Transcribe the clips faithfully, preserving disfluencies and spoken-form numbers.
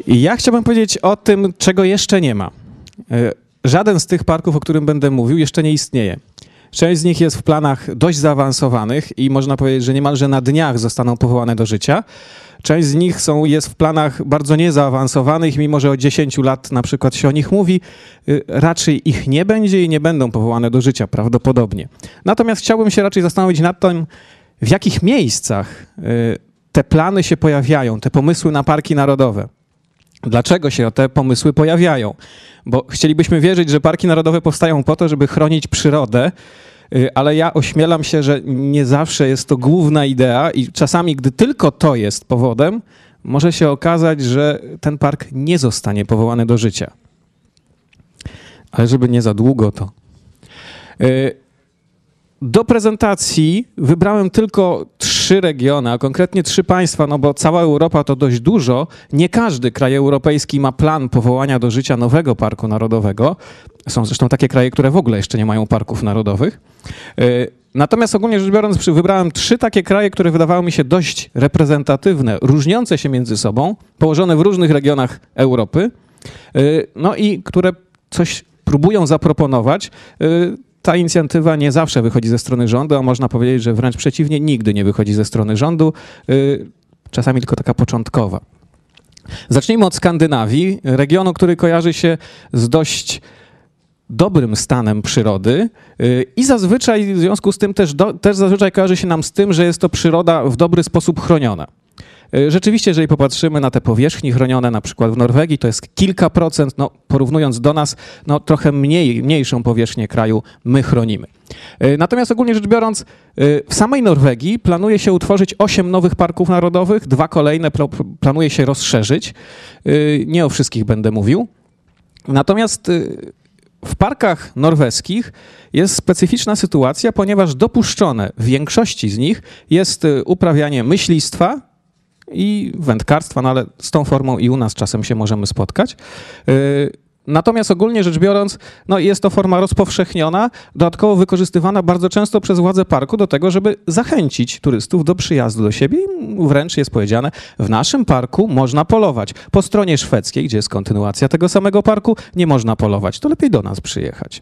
I ja chciałbym powiedzieć o tym, czego jeszcze nie ma. Żaden z tych parków, o którym będę mówił, jeszcze nie istnieje. Część z nich jest w planach dość zaawansowanych i można powiedzieć, że niemalże na dniach zostaną powołane do życia. Część z nich są, jest w planach bardzo niezaawansowanych, mimo że od dziesięciu lat na przykład się o nich mówi, raczej ich nie będzie i nie będą powołane do życia prawdopodobnie. Natomiast chciałbym się raczej zastanowić nad tym, w jakich miejscach te plany się pojawiają, te pomysły na parki narodowe. Dlaczego się te pomysły pojawiają? Bo chcielibyśmy wierzyć, że parki narodowe powstają po to, żeby chronić przyrodę, ale ja ośmielam się, że nie zawsze jest to główna idea i czasami, gdy tylko to jest powodem, może się okazać, że ten park nie zostanie powołany do życia. Ale żeby nie za długo, to... Do prezentacji wybrałem tylko trzy regiony, a konkretnie trzy państwa, no bo cała Europa to dość dużo. Nie każdy kraj europejski ma plan powołania do życia nowego parku narodowego. Są zresztą takie kraje, które w ogóle jeszcze nie mają parków narodowych. Natomiast ogólnie rzecz biorąc wybrałem trzy takie kraje, które wydawały mi się dość reprezentatywne, różniące się między sobą, położone w różnych regionach Europy, no i które coś próbują zaproponować. Ta inicjatywa nie zawsze wychodzi ze strony rządu, a można powiedzieć, że wręcz przeciwnie, nigdy nie wychodzi ze strony rządu, czasami tylko taka początkowa. Zacznijmy od Skandynawii, regionu, który kojarzy się z dość dobrym stanem przyrody i zazwyczaj w związku z tym też, do, też zazwyczaj kojarzy się nam z tym, że jest to przyroda w dobry sposób chroniona. Rzeczywiście, jeżeli popatrzymy na te powierzchnie chronione, na przykład w Norwegii, to jest kilka procent, no, porównując do nas, no, trochę mniej, mniejszą powierzchnię kraju my chronimy. Natomiast ogólnie rzecz biorąc, w samej Norwegii planuje się utworzyć osiem nowych parków narodowych, dwa kolejne planuje się rozszerzyć. Nie o wszystkich będę mówił. Natomiast w parkach norweskich jest specyficzna sytuacja, ponieważ dopuszczone w większości z nich jest uprawianie myślistwa i wędkarstwa, no ale z tą formą i u nas czasem się możemy spotkać. Natomiast ogólnie rzecz biorąc, no jest to forma rozpowszechniona, dodatkowo wykorzystywana bardzo często przez władze parku do tego, żeby zachęcić turystów do przyjazdu do siebie. I wręcz jest powiedziane, w naszym parku można polować. Po stronie szwedzkiej, gdzie jest kontynuacja tego samego parku, nie można polować. To lepiej do nas przyjechać.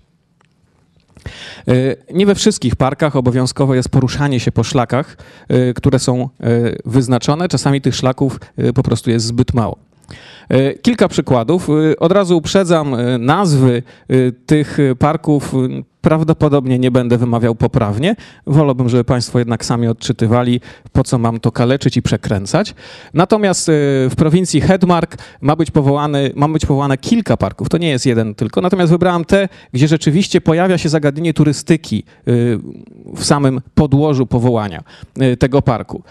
Nie we wszystkich parkach obowiązkowo jest poruszanie się po szlakach, które są wyznaczone. Czasami tych szlaków po prostu jest zbyt mało. Kilka przykładów. Od razu uprzedzam, nazwy tych parków prawdopodobnie nie będę wymawiał poprawnie. Wolałbym, żeby Państwo jednak sami odczytywali, po co mam to kaleczyć i przekręcać. Natomiast w prowincji Hedmark ma być powołany, ma być powołane kilka parków. To nie jest jeden tylko. Natomiast wybrałem te, gdzie rzeczywiście pojawia się zagadnienie turystyki w samym podłożu powołania tego parku.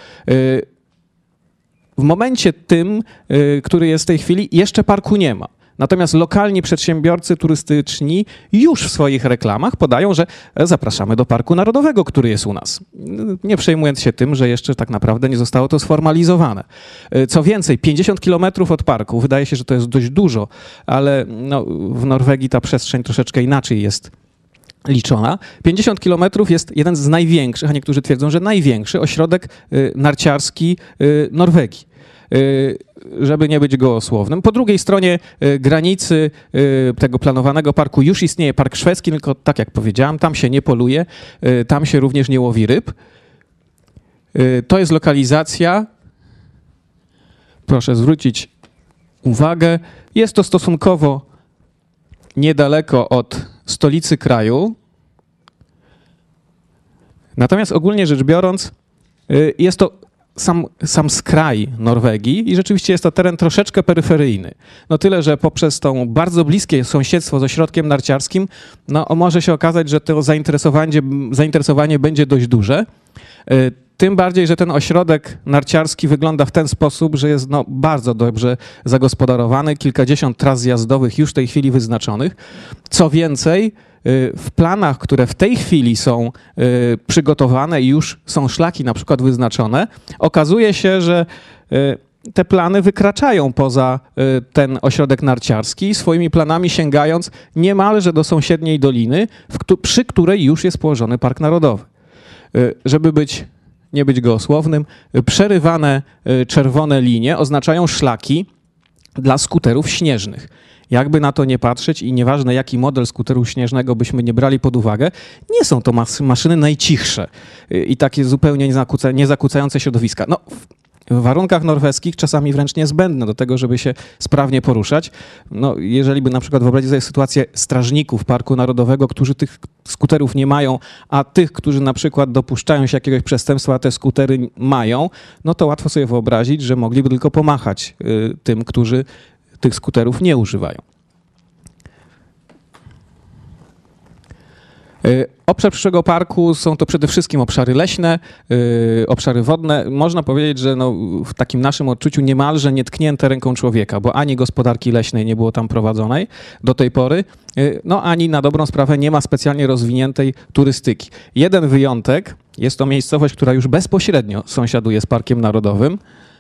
W momencie tym, który jest w tej chwili, jeszcze parku nie ma. Natomiast lokalni przedsiębiorcy turystyczni już w swoich reklamach podają, że zapraszamy do Parku Narodowego, który jest u nas. Nie przejmując się tym, że jeszcze tak naprawdę nie zostało to sformalizowane. Co więcej, pięćdziesiąt kilometrów od parku, wydaje się, że to jest dość dużo, ale no, w Norwegii ta przestrzeń troszeczkę inaczej jest liczona. pięćdziesiąt kilometrów jest jeden z największych, a niektórzy twierdzą, że największy ośrodek narciarski Norwegii. Żeby nie być gołosłownym. Po drugiej stronie granicy tego planowanego parku już istnieje park szwedzki, tylko tak jak powiedziałem, tam się nie poluje, tam się również nie łowi ryb. To jest lokalizacja, proszę zwrócić uwagę, jest to stosunkowo niedaleko od stolicy kraju. Natomiast ogólnie rzecz biorąc, jest to Sam, sam skraj Norwegii i rzeczywiście jest to teren troszeczkę peryferyjny. No tyle, że poprzez to bardzo bliskie sąsiedztwo z ośrodkiem narciarskim, no może się okazać, że to zainteresowanie, zainteresowanie będzie dość duże. Tym bardziej, że ten ośrodek narciarski wygląda w ten sposób, że jest no, bardzo dobrze zagospodarowany, kilkadziesiąt tras zjazdowych już w tej chwili wyznaczonych. Co więcej, w planach, które w tej chwili są przygotowane i już są szlaki na przykład wyznaczone, okazuje się, że te plany wykraczają poza ten ośrodek narciarski, swoimi planami sięgając niemalże do sąsiedniej doliny, przy której już jest położony Park Narodowy. Żeby być, nie być gołosłownym, przerywane czerwone linie oznaczają szlaki, dla skuterów śnieżnych. Jakby na to nie patrzeć i nieważne jaki model skuteru śnieżnego byśmy nie brali pod uwagę, nie są to mas- maszyny najcichsze i takie zupełnie niezakłóca- niezakłócające środowiska. No, w warunkach norweskich czasami wręcz niezbędne do tego, żeby się sprawnie poruszać. No, jeżeli by na przykład wyobrazić sobie sytuację strażników Parku Narodowego, którzy tych skuterów nie mają, a tych, którzy na przykład dopuszczają się jakiegoś przestępstwa, a te skutery mają, no to łatwo sobie wyobrazić, że mogliby tylko pomachać y, tym, którzy tych skuterów nie używają. Obszar przyszłego parku są to przede wszystkim obszary leśne, yy, obszary wodne. Można powiedzieć, że no, w takim naszym odczuciu niemalże nietknięte ręką człowieka, bo ani gospodarki leśnej nie było tam prowadzonej do tej pory, yy, no ani na dobrą sprawę nie ma specjalnie rozwiniętej turystyki. Jeden wyjątek, jest to miejscowość, która już bezpośrednio sąsiaduje z Parkiem Narodowym.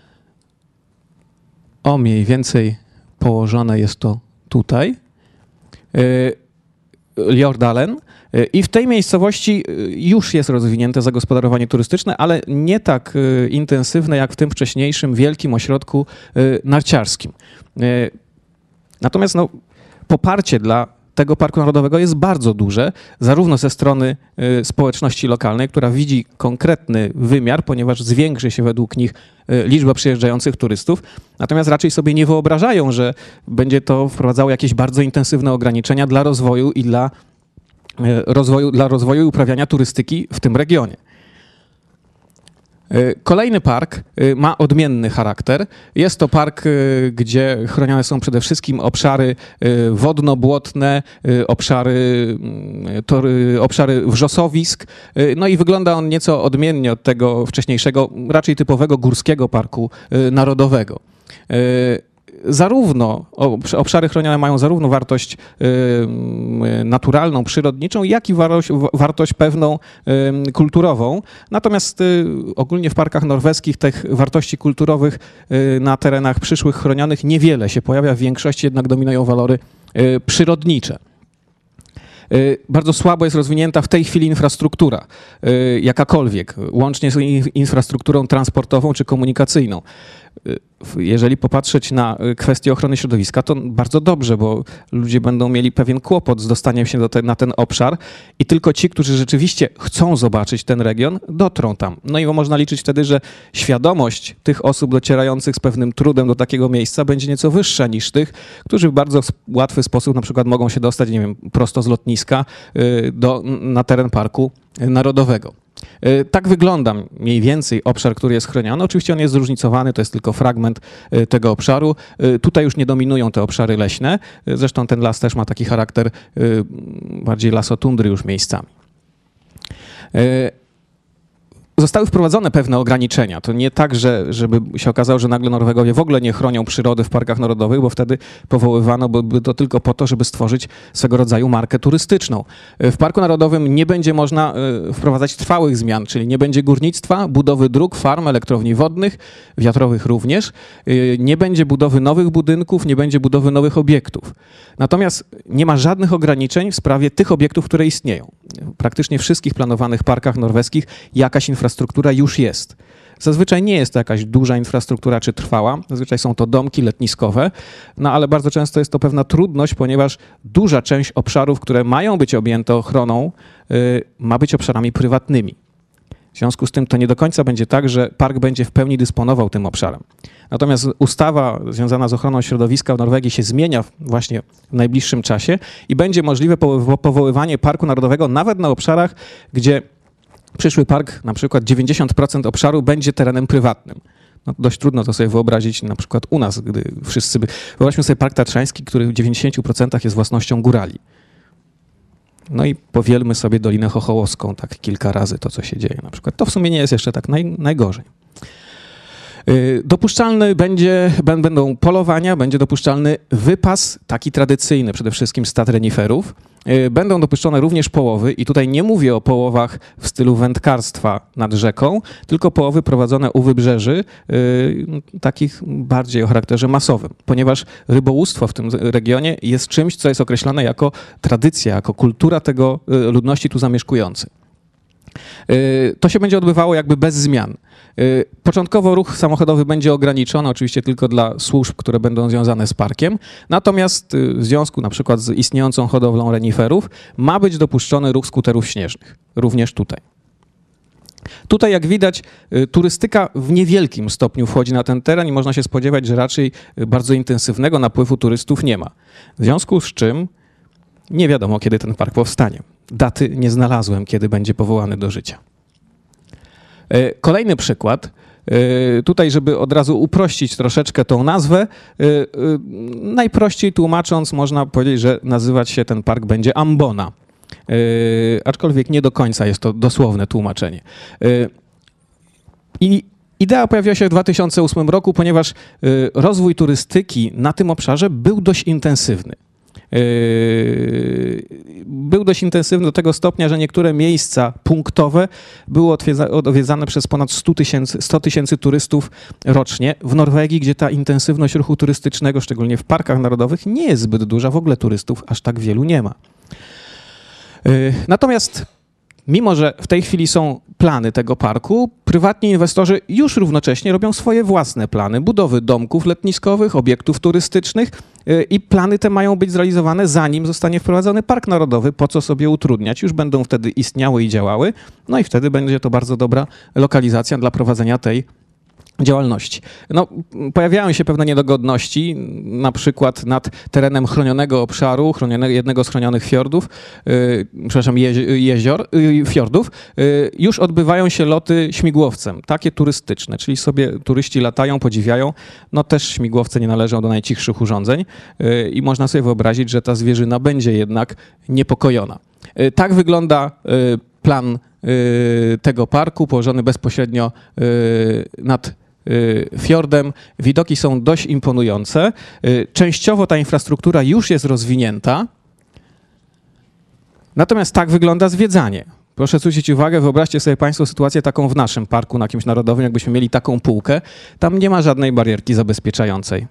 O, mniej więcej położone jest to tutaj. Yy, Ljordalen. I w tej miejscowości już jest rozwinięte zagospodarowanie turystyczne, ale nie tak intensywne jak w tym wcześniejszym wielkim ośrodku narciarskim. Natomiast no, poparcie dla tego Parku Narodowego jest bardzo duże, zarówno ze strony społeczności lokalnej, która widzi konkretny wymiar, ponieważ zwiększy się według nich liczba przyjeżdżających turystów, natomiast raczej sobie nie wyobrażają, że będzie to wprowadzało jakieś bardzo intensywne ograniczenia dla rozwoju i dla rozwoju, dla rozwoju i uprawiania turystyki w tym regionie. Kolejny park ma odmienny charakter. Jest to park, gdzie chronione są przede wszystkim obszary wodno-błotne, obszary, tory, obszary wrzosowisk. No i wygląda on nieco odmiennie od tego wcześniejszego, raczej typowego górskiego parku narodowego. Zarówno obszary chronione mają zarówno wartość naturalną, przyrodniczą, jak i wartość pewną kulturową. Natomiast ogólnie w parkach norweskich tych wartości kulturowych na terenach przyszłych chronionych niewiele się pojawia, w większości jednak dominują walory przyrodnicze. Bardzo słabo jest rozwinięta w tej chwili infrastruktura, jakakolwiek, łącznie z infrastrukturą transportową czy komunikacyjną. Jeżeli popatrzeć na kwestię ochrony środowiska, to bardzo dobrze, bo ludzie będą mieli pewien kłopot z dostaniem się do te, na ten obszar i tylko ci, którzy rzeczywiście chcą zobaczyć ten region, dotrą tam. No i można liczyć wtedy, że świadomość tych osób docierających z pewnym trudem do takiego miejsca będzie nieco wyższa niż tych, którzy w bardzo łatwy sposób na przykład mogą się dostać, nie wiem, prosto z lotniska do, na teren Parku Narodowego. Tak wygląda mniej więcej obszar, który jest chroniony. Oczywiście on jest zróżnicowany, to jest tylko fragment tego obszaru. Tutaj już nie dominują te obszary leśne. Zresztą ten las też ma taki charakter bardziej lasotundry już miejscami. Zostały wprowadzone pewne ograniczenia. To nie tak, że, żeby się okazało, że nagle Norwegowie w ogóle nie chronią przyrody w parkach narodowych, bo wtedy powoływano by to tylko po to, żeby stworzyć swego rodzaju markę turystyczną. W Parku Narodowym nie będzie można wprowadzać trwałych zmian, czyli nie będzie górnictwa, budowy dróg, farm, elektrowni wodnych, wiatrowych również. Nie będzie budowy nowych budynków, nie będzie budowy nowych obiektów. Natomiast nie ma żadnych ograniczeń w sprawie tych obiektów, które istnieją. W praktycznie wszystkich planowanych parkach norweskich jakaś infrastruktura już jest. Zazwyczaj nie jest to jakaś duża infrastruktura czy trwała, zazwyczaj są to domki letniskowe, no ale bardzo często jest to pewna trudność, ponieważ duża część obszarów, które mają być objęte ochroną, yy, ma być obszarami prywatnymi. W związku z tym to nie do końca będzie tak, że park będzie w pełni dysponował tym obszarem. Natomiast ustawa związana z ochroną środowiska w Norwegii się zmienia właśnie w najbliższym czasie i będzie możliwe powoływanie Parku Narodowego nawet na obszarach, gdzie przyszły park, na przykład dziewięćdziesiąt procent obszaru będzie terenem prywatnym. No, dość trudno to sobie wyobrazić na przykład u nas, gdy wszyscy by... Wyobraźmy sobie Park Tatrzański, który w dziewięćdziesięciu procentach jest własnością górali. No i powielmy sobie Dolinę Chochołowską tak kilka razy to, co się dzieje na przykład. To w sumie nie jest jeszcze tak naj, najgorzej. Dopuszczalny będzie, będą polowania, będzie dopuszczalny wypas, taki tradycyjny, przede wszystkim stad reniferów. Będą dopuszczone również połowy i tutaj nie mówię o połowach w stylu wędkarstwa nad rzeką, tylko połowy prowadzone u wybrzeży, takich bardziej o charakterze masowym, ponieważ rybołówstwo w tym regionie jest czymś, co jest określane jako tradycja, jako kultura tego ludności tu zamieszkującej. To się będzie odbywało jakby bez zmian. Początkowo ruch samochodowy będzie ograniczony, oczywiście tylko dla służb, które będą związane z parkiem, natomiast w związku na przykład z istniejącą hodowlą reniferów ma być dopuszczony ruch skuterów śnieżnych, również tutaj. Tutaj, jak widać, turystyka w niewielkim stopniu wchodzi na ten teren i można się spodziewać, że raczej bardzo intensywnego napływu turystów nie ma. W związku z czym nie wiadomo, kiedy ten park powstanie. Daty nie znalazłem, kiedy będzie powołany do życia. Kolejny przykład. Tutaj, żeby od razu uprościć troszeczkę tą nazwę, najprościej tłumacząc, można powiedzieć, że nazywać się ten park będzie Ambona. Aczkolwiek nie do końca jest to dosłowne tłumaczenie. I idea pojawiła się w dwa tysiące ósmym roku, ponieważ rozwój turystyki na tym obszarze był dość intensywny. Był dość intensywny do tego stopnia, że niektóre miejsca punktowe były odwiedzane przez ponad sto tysięcy turystów rocznie. W Norwegii, gdzie ta intensywność ruchu turystycznego, szczególnie w parkach narodowych, nie jest zbyt duża, w ogóle turystów aż tak wielu nie ma. Natomiast mimo że w tej chwili są plany tego parku, prywatni inwestorzy już równocześnie robią swoje własne plany budowy domków letniskowych, obiektów turystycznych i plany te mają być zrealizowane zanim zostanie wprowadzony park narodowy, po co sobie utrudniać. Już będą wtedy istniały i działały, no i wtedy będzie to bardzo dobra lokalizacja dla prowadzenia tej działalności. No, pojawiają się pewne niedogodności, na przykład nad terenem chronionego obszaru, chronionego, jednego z chronionych fiordów, yy, przepraszam, jezi jezior, yy, fiordów, yy, już odbywają się loty śmigłowcem, takie turystyczne, czyli sobie turyści latają, podziwiają, no też śmigłowce nie należą do najcichszych urządzeń yy, i można sobie wyobrazić, że ta zwierzyna będzie jednak niepokojona. Yy, tak wygląda yy, plan yy, tego parku, położony bezpośrednio yy, nad fiordem. Widoki są dość imponujące. Częściowo ta infrastruktura już jest rozwinięta. Natomiast tak wygląda zwiedzanie. Proszę zwrócić uwagę, wyobraźcie sobie Państwo sytuację taką w naszym parku na kimś narodowym, jakbyśmy mieli taką półkę. Tam nie ma żadnej barierki zabezpieczającej.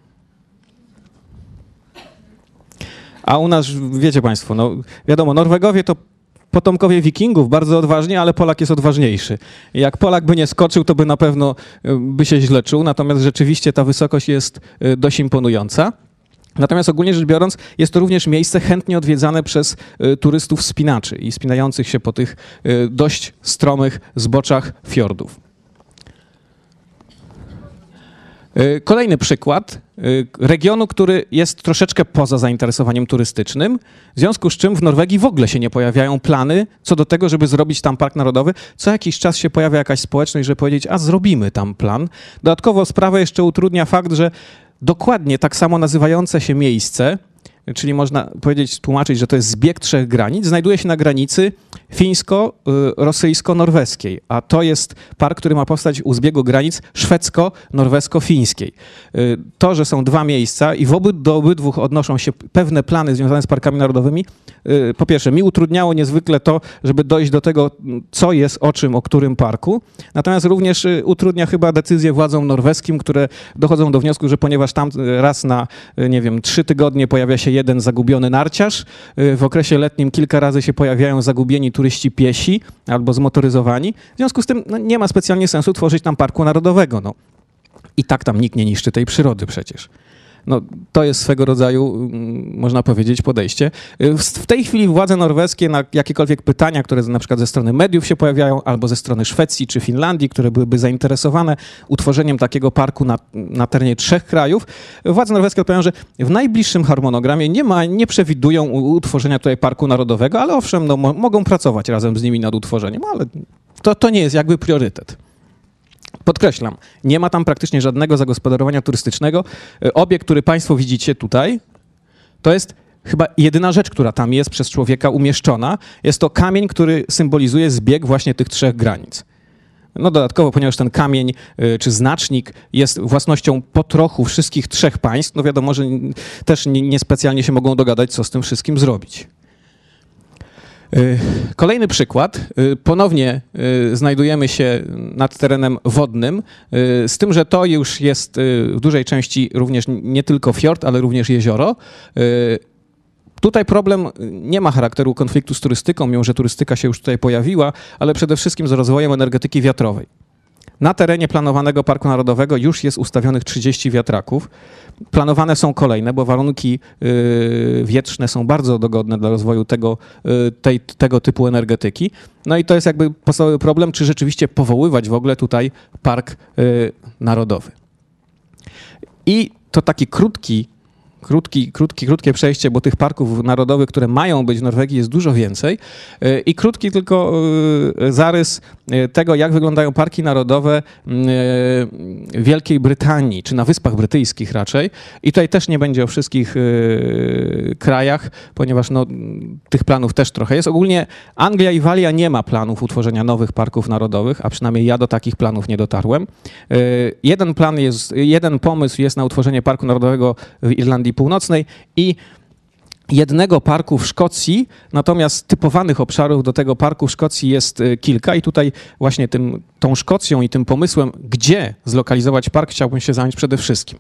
A u nas, wiecie Państwo, no wiadomo, Norwegowie to potomkowie wikingów, bardzo odważni, ale Polak jest odważniejszy. Jak Polak by nie skoczył, to by na pewno by się źle czuł, natomiast rzeczywiście ta wysokość jest dość imponująca. Natomiast ogólnie rzecz biorąc, jest to również miejsce chętnie odwiedzane przez turystów wspinaczy i wspinających się po tych dość stromych zboczach fiordów. Kolejny przykład regionu, który jest troszeczkę poza zainteresowaniem turystycznym, w związku z czym w Norwegii w ogóle się nie pojawiają plany co do tego, żeby zrobić tam park narodowy. Co jakiś czas się pojawia jakaś społeczność, żeby powiedzieć, a zrobimy tam plan. Dodatkowo sprawę jeszcze utrudnia fakt, że dokładnie tak samo nazywające się miejsce, czyli można powiedzieć, tłumaczyć, że to jest zbieg trzech granic, znajduje się na granicy fińsko-rosyjsko-norweskiej, a to jest park, który ma powstać u zbiegu granic szwedzko-norwesko-fińskiej. To, że są dwa miejsca i w oby, do obydwu odnoszą się pewne plany związane z parkami narodowymi, po pierwsze, mi utrudniało niezwykle to, żeby dojść do tego, co jest o czym, o którym parku, natomiast również utrudnia chyba decyzje władzom norweskim, które dochodzą do wniosku, że ponieważ tam raz na, nie wiem, trzy tygodnie pojawia się jeden zagubiony narciarz, w okresie letnim kilka razy się pojawiają zagubieni turyści piesi albo zmotoryzowani. W związku z tym no, nie ma specjalnie sensu tworzyć tam parku narodowego. No. I tak tam nikt nie niszczy tej przyrody przecież. No, to jest swego rodzaju, można powiedzieć, podejście. W tej chwili władze norweskie na jakiekolwiek pytania, które na przykład ze strony mediów się pojawiają, albo ze strony Szwecji czy Finlandii, które byłyby zainteresowane utworzeniem takiego parku na, na terenie trzech krajów, władze norweskie odpowiadają, że w najbliższym harmonogramie nie, ma, nie przewidują utworzenia tutaj parku narodowego, ale owszem, no, mo mogą pracować razem z nimi nad utworzeniem, ale to, to nie jest jakby priorytet. Podkreślam, nie ma tam praktycznie żadnego zagospodarowania turystycznego. Obiekt, który Państwo widzicie tutaj, to jest chyba jedyna rzecz, która tam jest przez człowieka umieszczona. Jest to kamień, który symbolizuje zbieg właśnie tych trzech granic. No dodatkowo, ponieważ ten kamień czy znacznik jest własnością po trochu wszystkich trzech państw, no wiadomo, że też niespecjalnie się mogą dogadać, co z tym wszystkim zrobić. Kolejny przykład. Ponownie znajdujemy się nad terenem wodnym, z tym, że to już jest w dużej części również nie tylko fiord, ale również jezioro. Tutaj problem nie ma charakteru konfliktu z turystyką, mimo że turystyka się już tutaj pojawiła, ale przede wszystkim z rozwojem energetyki wiatrowej. Na terenie planowanego Parku Narodowego już jest ustawionych trzydzieści wiatraków. Planowane są kolejne, bo warunki y, wietrzne są bardzo dogodne dla rozwoju tego, y, tej, tego typu energetyki. No i to jest jakby podstawowy problem, czy rzeczywiście powoływać w ogóle tutaj Park y, Narodowy. I to taki krótki Krótki, krótki, krótkie przejście, bo tych parków narodowych, które mają być w Norwegii, jest dużo więcej. I krótki tylko zarys tego, jak wyglądają parki narodowe w Wielkiej Brytanii, czy na Wyspach Brytyjskich raczej. I tutaj też nie będzie o wszystkich krajach, ponieważ no, tych planów też trochę jest. Ogólnie Anglia i Walia nie ma planów utworzenia nowych parków narodowych, a przynajmniej ja do takich planów nie dotarłem. Jeden plan jest, jeden pomysł jest na utworzenie Parku Narodowego w Irlandii Północnej i jednego parku w Szkocji, natomiast typowanych obszarów do tego parku w Szkocji jest kilka i tutaj właśnie tym, tą Szkocją i tym pomysłem, gdzie zlokalizować park, chciałbym się zająć przede wszystkim.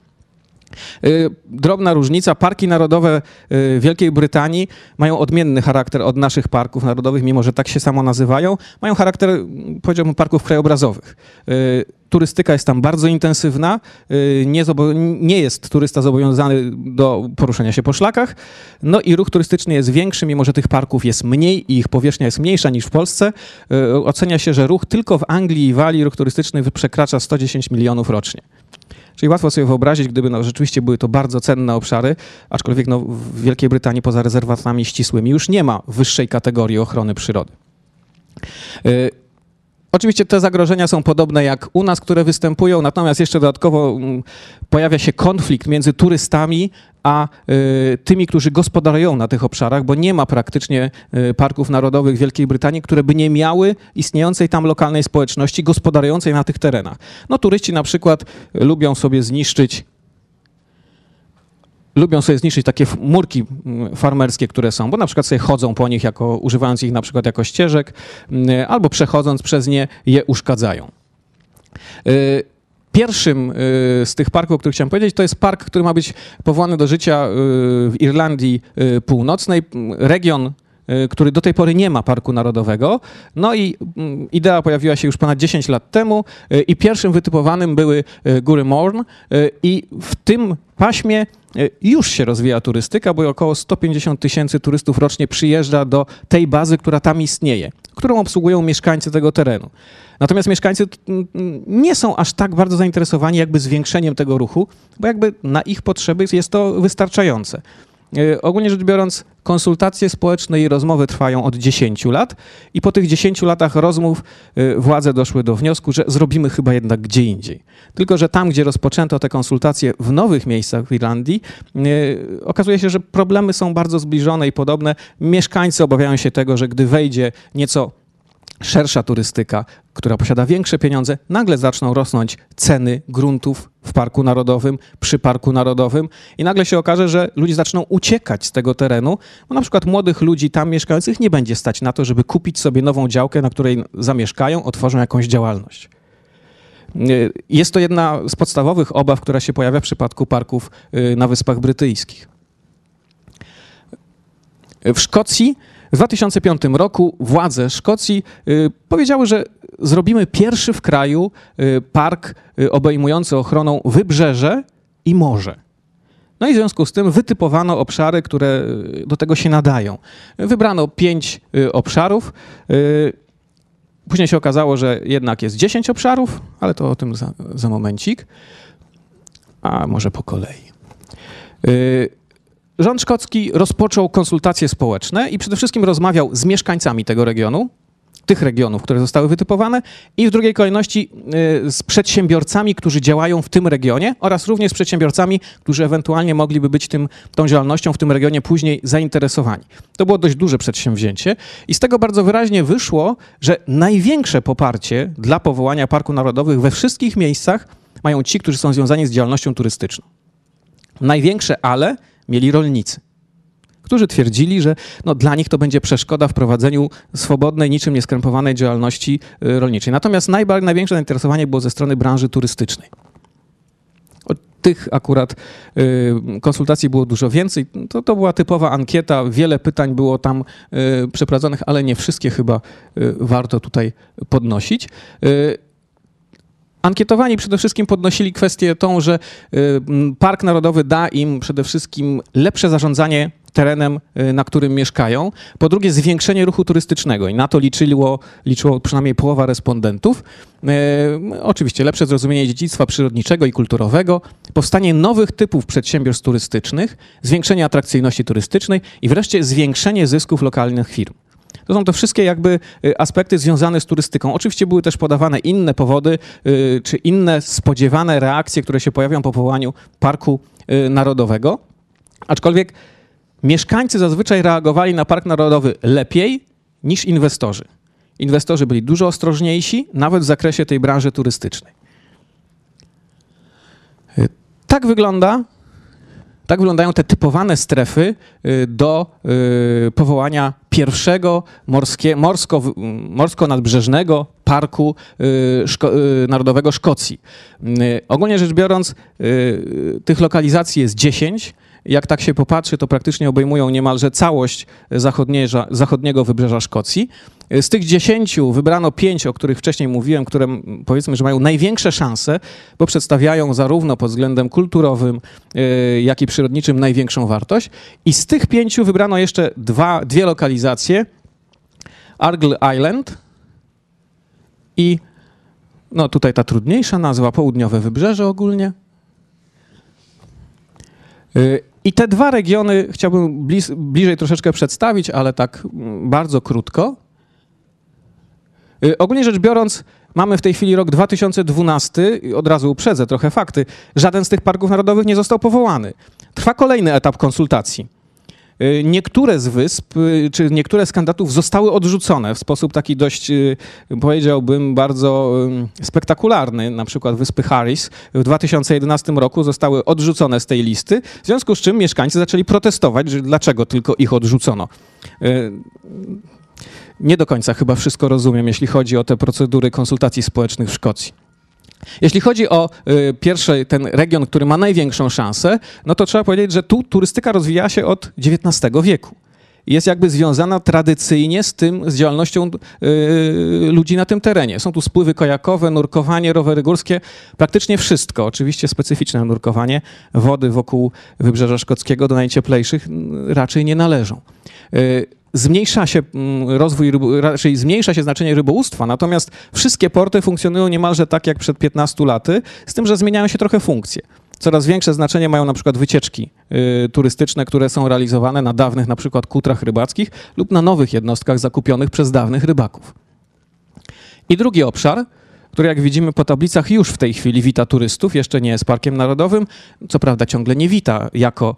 Drobna różnica. Parki narodowe Wielkiej Brytanii mają odmienny charakter od naszych parków narodowych, mimo że tak się samo nazywają. Mają charakter, powiedziałbym, parków krajobrazowych. Turystyka jest tam bardzo intensywna. Nie, nie jest turysta zobowiązany do poruszania się po szlakach. No i ruch turystyczny jest większy, mimo że tych parków jest mniej i ich powierzchnia jest mniejsza niż w Polsce. Ocenia się, że ruch tylko w Anglii i Walii, ruch turystyczny przekracza sto dziesięć milionów rocznie. Czyli łatwo sobie wyobrazić, gdyby no, rzeczywiście były to bardzo cenne obszary, aczkolwiek no, w Wielkiej Brytanii poza rezerwatami ścisłymi już nie ma wyższej kategorii ochrony przyrody. Yy, Oczywiście te zagrożenia są podobne jak u nas, które występują, natomiast jeszcze dodatkowo um, pojawia się konflikt między turystami a y, tymi, którzy gospodarują na tych obszarach, bo nie ma praktycznie y, parków narodowych w Wielkiej Brytanii, które by nie miały istniejącej tam lokalnej społeczności gospodarującej na tych terenach. No turyści na przykład lubią sobie zniszczyć Lubią sobie zniszczyć takie murki farmerskie, które są, bo na przykład sobie chodzą po nich, jako, używając ich na przykład jako ścieżek, albo przechodząc przez nie je uszkadzają. Pierwszym z tych parków, o których chciałem powiedzieć, to jest park, który ma być powołany do życia w Irlandii Północnej, region, który do tej pory nie ma parku narodowego. No i idea pojawiła się już ponad dziesięć lat temu i pierwszym wytypowanym były Góry Mourne i w tym paśmie już się rozwija turystyka, bo około sto pięćdziesiąt tysięcy turystów rocznie przyjeżdża do tej bazy, która tam istnieje, którą obsługują mieszkańcy tego terenu. Natomiast mieszkańcy nie są aż tak bardzo zainteresowani jakby zwiększeniem tego ruchu, bo jakby na ich potrzeby jest to wystarczające. Ogólnie rzecz biorąc, konsultacje społeczne i rozmowy trwają od dziesięciu lat i po tych dziesięciu latach rozmów władze doszły do wniosku, że zrobimy chyba jednak gdzie indziej. Tylko że tam, gdzie rozpoczęto te konsultacje w nowych miejscach w Irlandii, okazuje się, że problemy są bardzo zbliżone i podobne. Mieszkańcy obawiają się tego, że gdy wejdzie nieco szersza turystyka, która posiada większe pieniądze, nagle zaczną rosnąć ceny gruntów w Parku Narodowym, przy Parku Narodowym i nagle się okaże, że ludzie zaczną uciekać z tego terenu, bo na przykład młodych ludzi tam mieszkających nie będzie stać na to, żeby kupić sobie nową działkę, na której zamieszkają, otworzą jakąś działalność. Jest to jedna z podstawowych obaw, która się pojawia w przypadku parków na Wyspach Brytyjskich. W Szkocji w dwa tysiące piątym roku władze Szkocji y, powiedziały, że zrobimy pierwszy w kraju y, park y, obejmujący ochroną wybrzeże i morze. No i w związku z tym wytypowano obszary, które do tego się nadają. Wybrano pięć y, obszarów. Y, później się okazało, że jednak jest dziesięć obszarów, ale to o tym za, za momencik. A może po kolei. Y, Rząd szkocki rozpoczął konsultacje społeczne i przede wszystkim rozmawiał z mieszkańcami tego regionu, tych regionów, które zostały wytypowane i w drugiej kolejności z przedsiębiorcami, którzy działają w tym regionie oraz również z przedsiębiorcami, którzy ewentualnie mogliby być tym, tą działalnością w tym regionie później zainteresowani. To było dość duże przedsięwzięcie i z tego bardzo wyraźnie wyszło, że największe poparcie dla powołania parków narodowych we wszystkich miejscach mają ci, którzy są związani z działalnością turystyczną. Największe ale mieli rolnicy, którzy twierdzili, że no, dla nich to będzie przeszkoda w prowadzeniu swobodnej, niczym nieskrępowanej działalności rolniczej. Natomiast najbardziej, największe zainteresowanie było ze strony branży turystycznej. Tych akurat y, konsultacji było dużo więcej. To, to była typowa ankieta, wiele pytań było tam y, przeprowadzonych, ale nie wszystkie chyba y, warto tutaj podnosić. Y, Ankietowani przede wszystkim podnosili kwestię tą, że y, Park Narodowy da im przede wszystkim lepsze zarządzanie terenem, y, na którym mieszkają. Po drugie, zwiększenie ruchu turystycznego i na to liczyło, liczyło przynajmniej połowa respondentów. Y, oczywiście lepsze zrozumienie dziedzictwa przyrodniczego i kulturowego, powstanie nowych typów przedsiębiorstw turystycznych, zwiększenie atrakcyjności turystycznej i wreszcie zwiększenie zysków lokalnych firm. To są te wszystkie jakby aspekty związane z turystyką. Oczywiście były też podawane inne powody, czy inne spodziewane reakcje, które się pojawią po powołaniu Parku Narodowego. Aczkolwiek mieszkańcy zazwyczaj reagowali na Park Narodowy lepiej niż inwestorzy. Inwestorzy byli dużo ostrożniejsi, nawet w zakresie tej branży turystycznej. Tak wygląda Tak wyglądają te typowane strefy do powołania pierwszego morskie, morsko, morsko-nadbrzeżnego parku Szko Narodowego Szkocji. Ogólnie rzecz biorąc, tych lokalizacji jest dziesięć. Jak tak się popatrzy, to praktycznie obejmują niemalże całość zachodniego wybrzeża Szkocji. Z tych dziesięciu wybrano pięć, o których wcześniej mówiłem, które powiedzmy, że mają największe szanse, bo przedstawiają zarówno pod względem kulturowym, jak i przyrodniczym największą wartość. I z tych pięciu wybrano jeszcze dwa, dwie lokalizacje. Argyll Island i no tutaj ta trudniejsza nazwa, Południowe Wybrzeże ogólnie. I te dwa regiony chciałbym bliz, bliżej troszeczkę przedstawić, ale tak bardzo krótko. Ogólnie rzecz biorąc, mamy w tej chwili rok dwa tysiące dwunasty, od razu uprzedzę trochę fakty. Żaden z tych parków narodowych nie został powołany. Trwa kolejny etap konsultacji. Niektóre z wysp, czy niektóre z kandydatów zostały odrzucone w sposób taki dość, powiedziałbym, bardzo spektakularny. Na przykład wyspy Harris w dwa tysiące jedenastym roku zostały odrzucone z tej listy, w związku z czym mieszkańcy zaczęli protestować, że dlaczego tylko ich odrzucono. Nie do końca chyba wszystko rozumiem, jeśli chodzi o te procedury konsultacji społecznych w Szkocji. Jeśli chodzi o y, pierwszy ten region, który ma największą szansę, no to trzeba powiedzieć, że tu turystyka rozwija się od dziewiętnastego wieku. Jest jakby związana tradycyjnie z tym, z działalnością y, ludzi na tym terenie. Są tu spływy kajakowe, nurkowanie, rowery górskie, praktycznie wszystko. Oczywiście specyficzne nurkowanie, wody wokół Wybrzeża Szkockiego do najcieplejszych raczej nie należą. Y, Zmniejsza się rozwój, raczej zmniejsza się znaczenie rybołówstwa, natomiast wszystkie porty funkcjonują niemalże tak jak przed piętnastoma laty, z tym, że zmieniają się trochę funkcje. Coraz większe znaczenie mają na przykład wycieczki y, turystyczne, które są realizowane na dawnych na przykład kutrach rybackich lub na nowych jednostkach zakupionych przez dawnych rybaków. I drugi obszar, który jak widzimy po tablicach już w tej chwili wita turystów, jeszcze nie jest parkiem narodowym, co prawda ciągle nie wita jako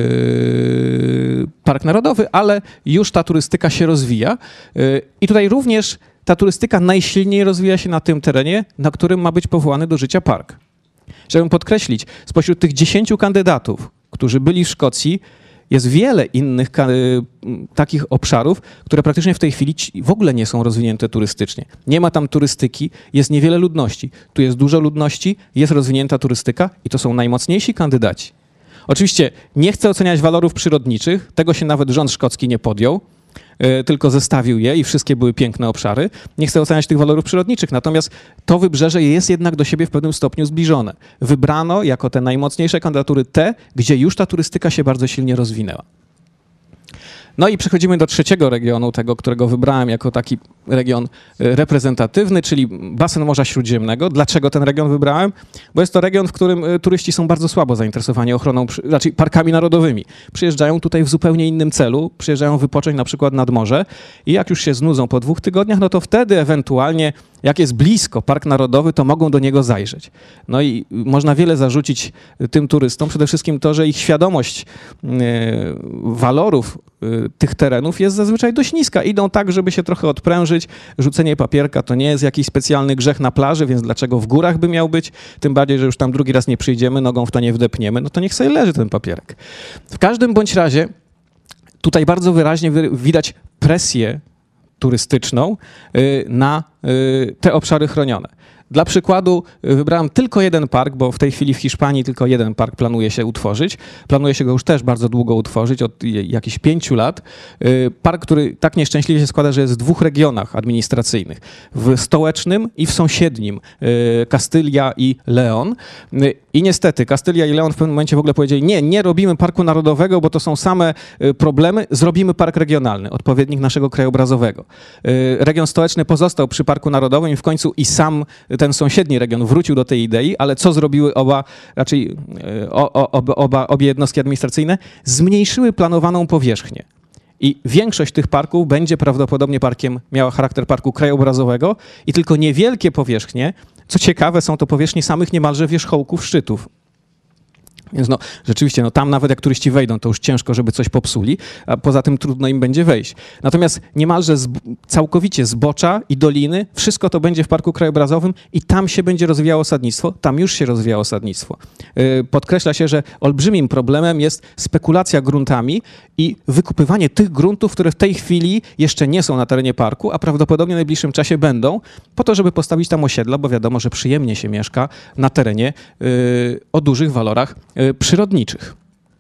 yy, park narodowy, ale już ta turystyka się rozwija. Yy, I tutaj również ta turystyka najsilniej rozwija się na tym terenie, na którym ma być powołany do życia park. Chciałbym podkreślić, spośród tych dziesięciu kandydatów, którzy byli w Szkocji, jest wiele innych takich obszarów, które praktycznie w tej chwili w ogóle nie są rozwinięte turystycznie. Nie ma tam turystyki, jest niewiele ludności. Tu jest dużo ludności, jest rozwinięta turystyka i to są najmocniejsi kandydaci. Oczywiście nie chcę oceniać walorów przyrodniczych, tego się nawet rząd szkocki nie podjął, tylko zestawił je i wszystkie były piękne obszary. Nie chcę oceniać tych walorów przyrodniczych, natomiast to wybrzeże jest jednak do siebie w pewnym stopniu zbliżone. Wybrano jako te najmocniejsze kandydatury te, gdzie już ta turystyka się bardzo silnie rozwinęła. No i przechodzimy do trzeciego regionu, tego, którego wybrałem jako taki region reprezentatywny, czyli basen Morza Śródziemnego. Dlaczego ten region wybrałem? Bo jest to region, w którym turyści są bardzo słabo zainteresowani ochroną, raczej parkami narodowymi. Przyjeżdżają tutaj w zupełnie innym celu, przyjeżdżają wypocząć na przykład nad morze i jak już się znudzą po dwóch tygodniach, no to wtedy ewentualnie, jak jest blisko park narodowy, to mogą do niego zajrzeć. No i można wiele zarzucić tym turystom, przede wszystkim to, że ich świadomość yy, walorów yy, tych terenów jest zazwyczaj dość niska. Idą tak, żeby się trochę odprężyć. Rzucenie papierka to nie jest jakiś specjalny grzech na plaży, więc dlaczego w górach by miał być? Tym bardziej, że już tam drugi raz nie przyjdziemy, nogą w to nie wdepniemy, no to niech sobie leży ten papierek. W każdym bądź razie tutaj bardzo wyraźnie widać presję turystyczną na te obszary chronione. Dla przykładu wybrałem tylko jeden park, bo w tej chwili w Hiszpanii tylko jeden park planuje się utworzyć. Planuje się go już też bardzo długo utworzyć, od jakichś pięciu lat. Park, który tak nieszczęśliwie się składa, że jest w dwóch regionach administracyjnych. W stołecznym i w sąsiednim, Kastylia i Leon. I niestety Kastylia i Leon w pewnym momencie w ogóle powiedzieli, nie, nie robimy parku narodowego, bo to są same problemy, zrobimy park regionalny, odpowiednik naszego krajobrazowego. Region stołeczny pozostał przy parku narodowym i w końcu i sam ten sąsiedni region wrócił do tej idei, ale co zrobiły oba, raczej o, o, oba, obie jednostki administracyjne? Zmniejszyły planowaną powierzchnię. I większość tych parków będzie prawdopodobnie parkiem, miała charakter parku krajobrazowego i tylko niewielkie powierzchnie, co ciekawe, są to powierzchnie samych niemalże wierzchołków szczytów. Więc no, rzeczywiście, no, tam nawet jak turyści wejdą, to już ciężko, żeby coś popsuli, a poza tym trudno im będzie wejść. Natomiast niemalże z, całkowicie zbocza i doliny, wszystko to będzie w parku krajobrazowym i tam się będzie rozwijało sadnictwo, tam już się rozwijało sadnictwo. Yy, podkreśla się, że olbrzymim problemem jest spekulacja gruntami i wykupywanie tych gruntów, które w tej chwili jeszcze nie są na terenie parku, a prawdopodobnie w najbliższym czasie będą, po to, żeby postawić tam osiedla, bo wiadomo, że przyjemnie się mieszka na terenie yy, o dużych walorach przyrodniczych.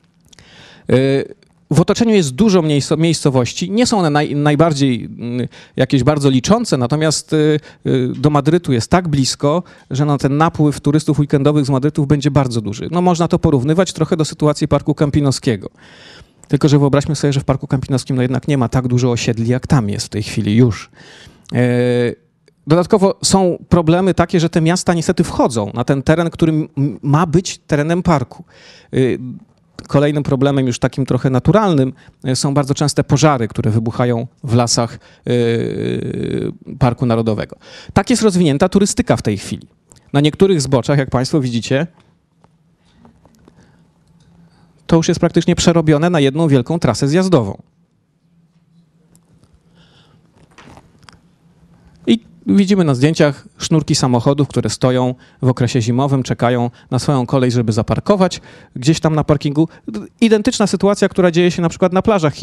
W otoczeniu jest dużo miejscowości, nie są one naj, najbardziej jakieś bardzo liczące, natomiast do Madrytu jest tak blisko, że no ten napływ turystów weekendowych z Madrytu będzie bardzo duży. No można to porównywać trochę do sytuacji Parku Campinoskiego. Tylko że wyobraźmy sobie, że w Parku Campinoskim no jednak nie ma tak dużo osiedli, jak tam jest w tej chwili już. Dodatkowo są problemy takie, że te miasta niestety wchodzą na ten teren, który ma być terenem parku. Kolejnym problemem, już takim trochę naturalnym, są bardzo częste pożary, które wybuchają w lasach Parku Narodowego. Tak jest rozwinięta turystyka w tej chwili. Na niektórych zboczach, jak Państwo widzicie, to już jest praktycznie przerobione na jedną wielką trasę zjazdową. I widzimy na zdjęciach sznurki samochodów, które stoją w okresie zimowym, czekają na swoją kolej, żeby zaparkować gdzieś tam na parkingu. Identyczna sytuacja, która dzieje się na przykład na plażach